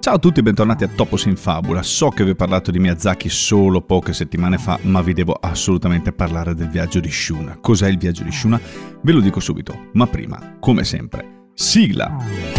Ciao a tutti e bentornati a Topos in Fabula. So che vi ho parlato di Miyazaki solo poche settimane fa, ma vi devo assolutamente parlare del viaggio di Shuna. Cos'è il viaggio di Shuna? Ve lo dico subito, ma prima, come sempre, sigla!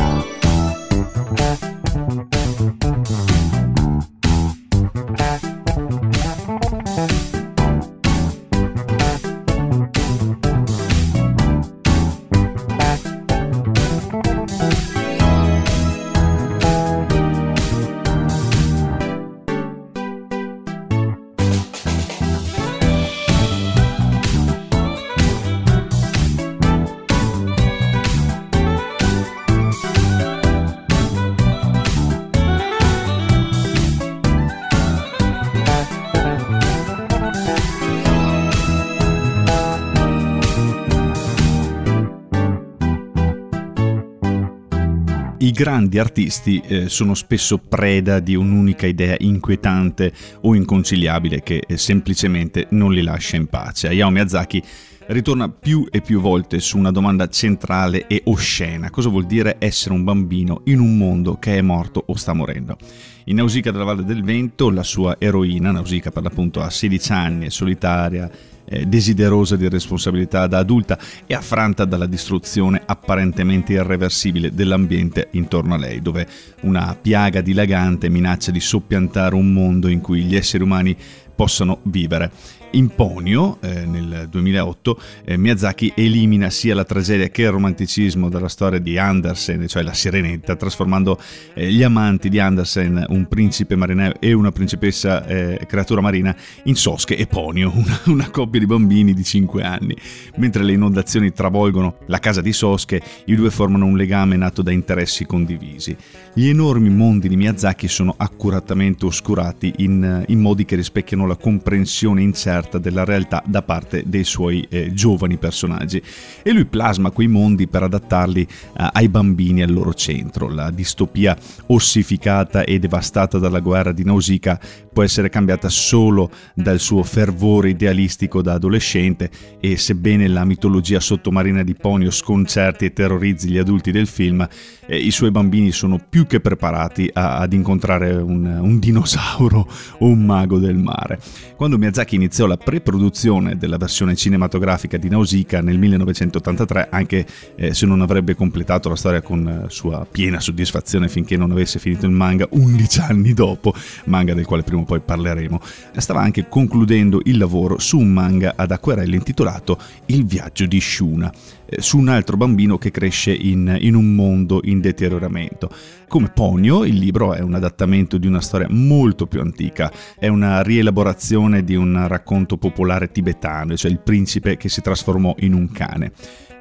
I grandi artisti sono spesso preda di un'unica idea inquietante o inconciliabile che semplicemente non li lascia in pace. Hayao Miyazaki ritorna più e più volte su una domanda centrale e oscena: cosa vuol dire essere un bambino in un mondo che è morto o sta morendo? In Nausicaa della Valle del Vento, la sua eroina, Nausicaa per l'appunto, ha 16 anni, è solitaria, desiderosa di responsabilità da adulta e affranta dalla distruzione apparentemente irreversibile dell'ambiente intorno a lei, dove una piaga dilagante minaccia di soppiantare un mondo in cui gli esseri umani possano vivere. In Ponyo, nel 2008, Miyazaki elimina sia la tragedia che il romanticismo dalla storia di Andersen, cioè la Sirenetta, trasformando gli amanti di Andersen, un principe marinaio e una principessa creatura marina, in Sosuke e Ponyo, una coppia di bambini di 5 anni. Mentre le inondazioni travolgono la casa di Sosuke, i due formano un legame nato da interessi condivisi. Gli enormi mondi di Miyazaki sono accuratamente oscurati in modi che rispecchiano la comprensione incerta della realtà da parte dei suoi giovani personaggi, e lui plasma quei mondi per adattarli ai bambini al loro centro. La distopia ossificata e devastata dalla guerra di Nausicaa può essere cambiata solo dal suo fervore idealistico da adolescente, e sebbene la mitologia sottomarina di Ponyo sconcerti e terrorizzi gli adulti del film, i suoi bambini sono più che preparati ad incontrare un dinosauro o un mago del mare. Quando Miyazaki iniziò la pre-produzione della versione cinematografica di Nausicaa nel 1983, anche se non avrebbe completato la storia con sua piena soddisfazione finché non avesse finito il manga 11 anni dopo, manga del quale prima o poi parleremo, stava anche concludendo il lavoro su un manga ad acquerelli intitolato Il viaggio di Shuna, su un altro bambino che cresce in un mondo in deterioramento. Come Ponyo, il libro è un adattamento di una storia molto più antica, è una rielaborazione di un racconto popolare tibetano, cioè il principe che si trasformò in un cane.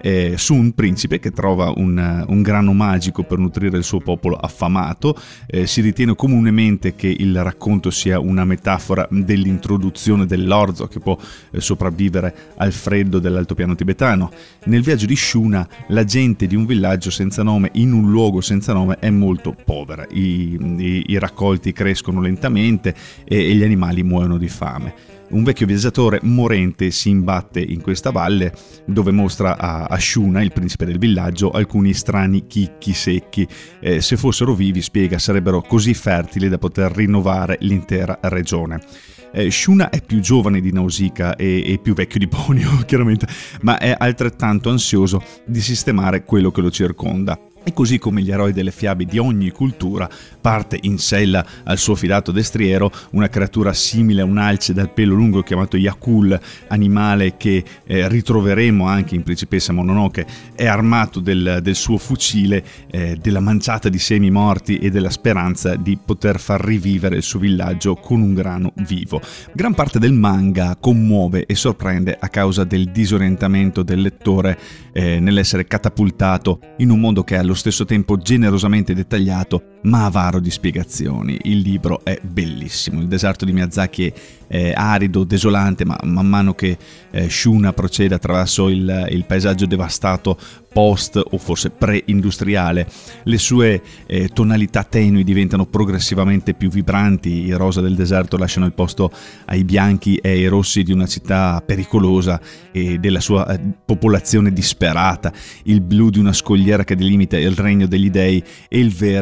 Su un principe che trova un grano magico per nutrire il suo popolo affamato. Si ritiene comunemente che il racconto sia una metafora dell'introduzione dell'orzo che può sopravvivere al freddo dell'altopiano tibetano. Nel viaggio di Shuna, la gente di un villaggio senza nome in un luogo senza nome è molto povera, i raccolti crescono lentamente e gli animali muoiono di fame. Un vecchio viaggiatore morente si imbatte in questa valle, dove mostra a Shuna, il principe del villaggio, alcuni strani chicchi secchi. Se fossero vivi, spiega, sarebbero così fertili da poter rinnovare l'intera regione. Shuna è più giovane di Nausicaa e più vecchio di Ponyo, chiaramente, ma è altrettanto ansioso di sistemare quello che lo circonda. E così come gli eroi delle fiabe di ogni cultura, parte in sella al suo fidato destriero una creatura simile a un alce dal pelo lungo chiamato Yakul, animale che ritroveremo anche in Principessa Mononoke. È armato del suo fucile, della manciata di semi morti e della speranza di poter far rivivere il suo villaggio con un grano vivo. Gran parte del manga commuove e sorprende a causa del disorientamento del lettore nell'essere catapultato in un mondo che è allo stesso tempo generosamente dettagliato ma avaro di spiegazioni. Il libro è bellissimo. Il deserto di Miyazaki è arido, desolante, ma man mano che Shuna procede attraverso il paesaggio devastato post o forse pre-industriale, le sue tonalità tenui diventano progressivamente più vibranti. I rosa del deserto lasciano il posto ai bianchi e ai rossi di una città pericolosa e della sua popolazione disperata, il blu di una scogliera che delimita il regno degli dei e il verde di un'isola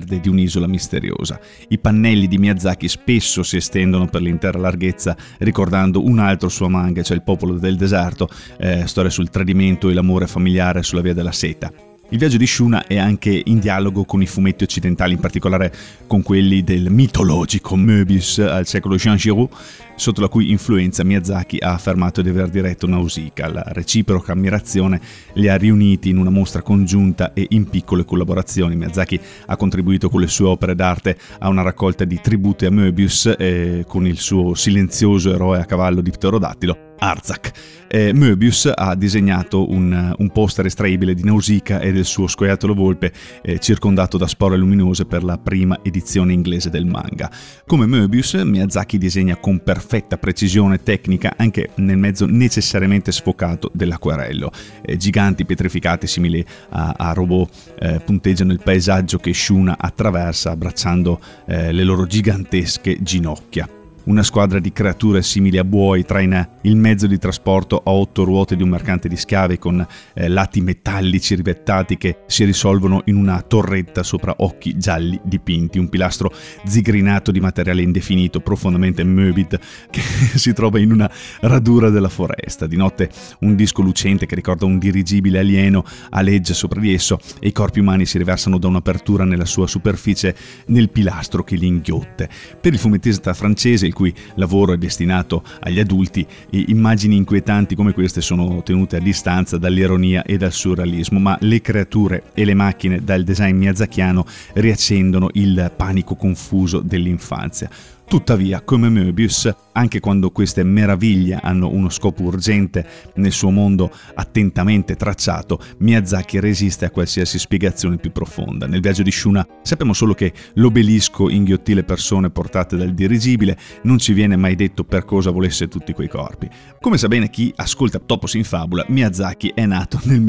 un'isola misteriosa. I pannelli di Miyazaki spesso si estendono per l'intera larghezza, ricordando un altro suo manga, cioè Il popolo del deserto, storia sul tradimento e l'amore familiare sulla via della seta. Il viaggio di Shuna è anche in dialogo con i fumetti occidentali, in particolare con quelli del mitologico Möbius al secolo Jean Giraud, sotto la cui influenza Miyazaki ha affermato di aver diretto Nausicaa. La reciproca ammirazione li ha riuniti in una mostra congiunta e in piccole collaborazioni. Miyazaki ha contribuito con le sue opere d'arte a una raccolta di tributi a Möbius, con il suo silenzioso eroe a cavallo di pterodattilo, Artzak. Möbius ha disegnato un poster estraibile di Nausicaa e del suo scoiattolo volpe, circondato da spore luminose per la prima edizione inglese del manga. Come Möbius, Miyazaki disegna con perfetta precisione tecnica anche nel mezzo necessariamente sfocato dell'acquarello. Giganti pietrificati simili a robot punteggiano il paesaggio che Shuna attraversa, abbracciando le loro gigantesche ginocchia. Una squadra di creature simili a buoi traina il mezzo di trasporto a 8 ruote di un mercante di schiavi con lati metallici rivettati che si risolvono in una torretta sopra occhi gialli dipinti, un pilastro zigrinato di materiale indefinito, profondamente morbid, che si trova in una radura della foresta. Di notte un disco lucente che ricorda un dirigibile alieno aleggia sopra di esso e i corpi umani si riversano da un'apertura nella sua superficie nel pilastro che li inghiotte. Per il fumettista francese, il cui lavoro è destinato agli adulti, immagini inquietanti come queste sono tenute a distanza dall'ironia e dal surrealismo, ma le creature e le macchine dal design miyazakiano riaccendono il panico confuso dell'infanzia. Tuttavia, come Möbius, anche quando queste meraviglie hanno uno scopo urgente nel suo mondo attentamente tracciato, Miyazaki resiste a qualsiasi spiegazione più profonda. Nel viaggio di Shuna sappiamo solo che l'obelisco inghiottì le persone portate dal dirigibile, non ci viene mai detto per cosa volesse tutti quei corpi. Come sa bene chi ascolta Topos in Fabula, Miyazaki è nato nel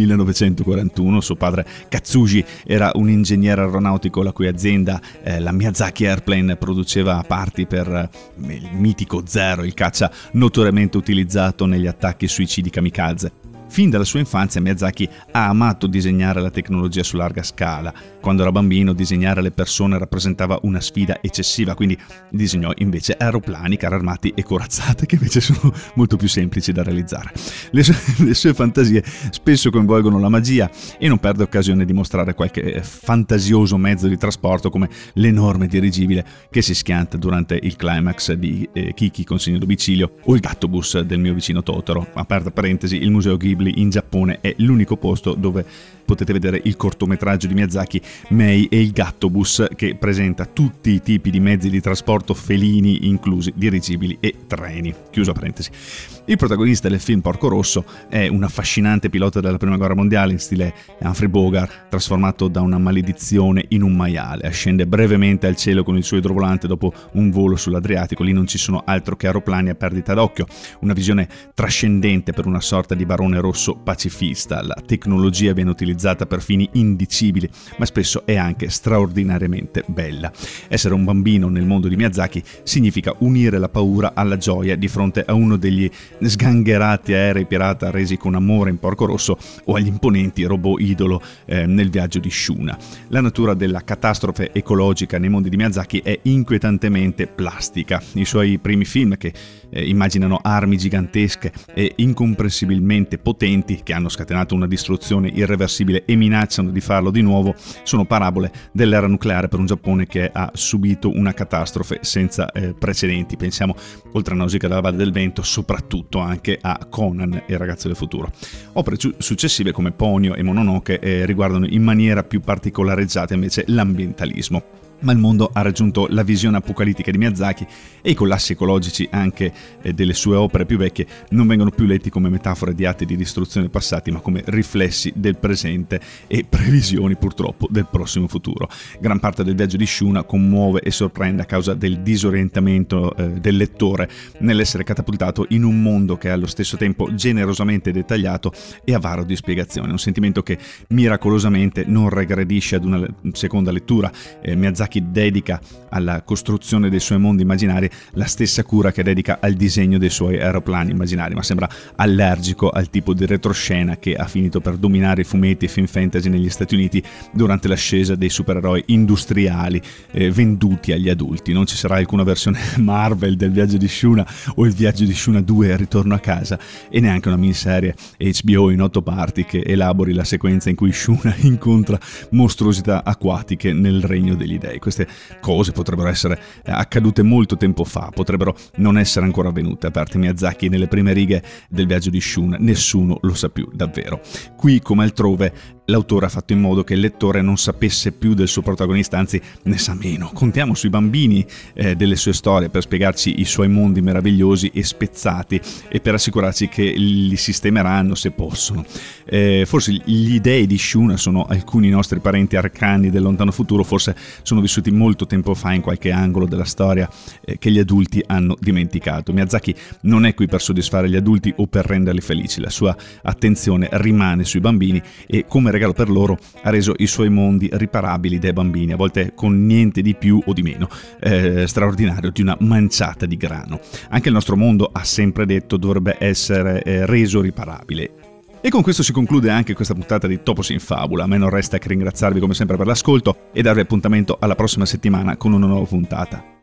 1941, suo padre Katsuji era un ingegnere aeronautico la cui azienda, la Miyazaki Airplane, produceva parti per il mitico Zero, il caccia notoriamente utilizzato negli attacchi suicidi kamikaze. Fin dalla sua infanzia Miyazaki ha amato disegnare la tecnologia su larga scala. Quando era bambino disegnare le persone rappresentava una sfida eccessiva, quindi disegnò invece aeroplani, carri armati e corazzate, che invece sono molto più semplici da realizzare. Le sue fantasie spesso coinvolgono la magia e non perde occasione di mostrare qualche fantasioso mezzo di trasporto come l'enorme dirigibile che si schianta durante il climax di Kiki Consegno Domicilio o il Gattobus del mio vicino Totoro. Aperta parentesi, il Museo Ghibli in Giappone è l'unico posto dove potete vedere il cortometraggio di Miyazaki Mei e il Gattobus, che presenta tutti i tipi di mezzi di trasporto felini, inclusi dirigibili e treni. Chiuso parentesi. Il protagonista del film Porco Rosso è un affascinante pilota della Prima Guerra Mondiale in stile Humphrey Bogart, trasformato da una maledizione in un maiale. Ascende brevemente al cielo con il suo idrovolante dopo un volo sull'Adriatico. Lì non ci sono altro che aeroplani a perdita d'occhio. Una visione trascendente per una sorta di barone rosso pacifista. La tecnologia viene utilizzata per fini indicibili, ma spesso è anche straordinariamente bella. Essere un bambino nel mondo di Miyazaki significa unire la paura alla gioia di fronte a uno degli sgangherati aerei pirata resi con amore in Porco Rosso o agli imponenti robot idolo nel viaggio di Shuna. La natura della catastrofe ecologica nei mondi di Miyazaki è inquietantemente plastica. I suoi primi film, che immaginano armi gigantesche e incomprensibilmente potenti che hanno scatenato una distruzione irreversibile e minacciano di farlo di nuovo, sono parabole dell'era nucleare per un Giappone che ha subito una catastrofe senza precedenti. Pensiamo, oltre a Nausicaa dalla Valle del Vento, soprattutto anche a Conan, il ragazzo del futuro. Opere successive come Ponyo e Mononoke riguardano in maniera più particolareggiata invece l'ambientalismo. Ma il mondo ha raggiunto la visione apocalittica di Miyazaki e i collassi ecologici anche delle sue opere più vecchie non vengono più letti come metafore di atti di distruzione passati, ma come riflessi del presente e previsioni purtroppo del prossimo futuro. Gran parte del viaggio di Shuna commuove e sorprende a causa del disorientamento del lettore nell'essere catapultato in un mondo che è allo stesso tempo generosamente dettagliato e avaro di spiegazioni, un sentimento che miracolosamente non regredisce ad una seconda lettura. Miyazaki Miyazaki dedica alla costruzione dei suoi mondi immaginari la stessa cura che dedica al disegno dei suoi aeroplani immaginari, ma sembra allergico al tipo di retroscena che ha finito per dominare i fumetti e film fantasy negli Stati Uniti durante l'ascesa dei supereroi industriali venduti agli adulti. Non ci sarà alcuna versione Marvel del viaggio di Shuna o il viaggio di Shuna 2 Ritorno a casa, e neanche una miniserie HBO in 8 parti che elabori la sequenza in cui Shuna incontra mostruosità acquatiche nel regno degli dei. Queste cose potrebbero essere accadute molto tempo fa, potrebbero non essere ancora avvenute. A parte Miyazaki, nelle prime righe del viaggio di Shuna nessuno lo sa più davvero. Qui come altrove l'autore ha fatto in modo che il lettore non sapesse più del suo protagonista, anzi ne sa meno. Contiamo sui bambini delle sue storie per spiegarci i suoi mondi meravigliosi e spezzati e per assicurarci che li sistemeranno se possono. Forse gli dei di Shuna sono alcuni nostri parenti arcani del lontano futuro, forse sono vissuti molto tempo fa in qualche angolo della storia che gli adulti hanno dimenticato. Miyazaki non è qui per soddisfare gli adulti o per renderli felici, la sua attenzione rimane sui bambini e come regalo per loro ha reso i suoi mondi riparabili dai bambini, a volte con niente di più o di meno straordinario di una manciata di grano. Anche il nostro mondo, ha sempre detto, dovrebbe essere reso riparabile. E con questo si conclude anche questa puntata di Topos in Fabula. A me non resta che ringraziarvi come sempre per l'ascolto e darvi appuntamento alla prossima settimana con una nuova puntata.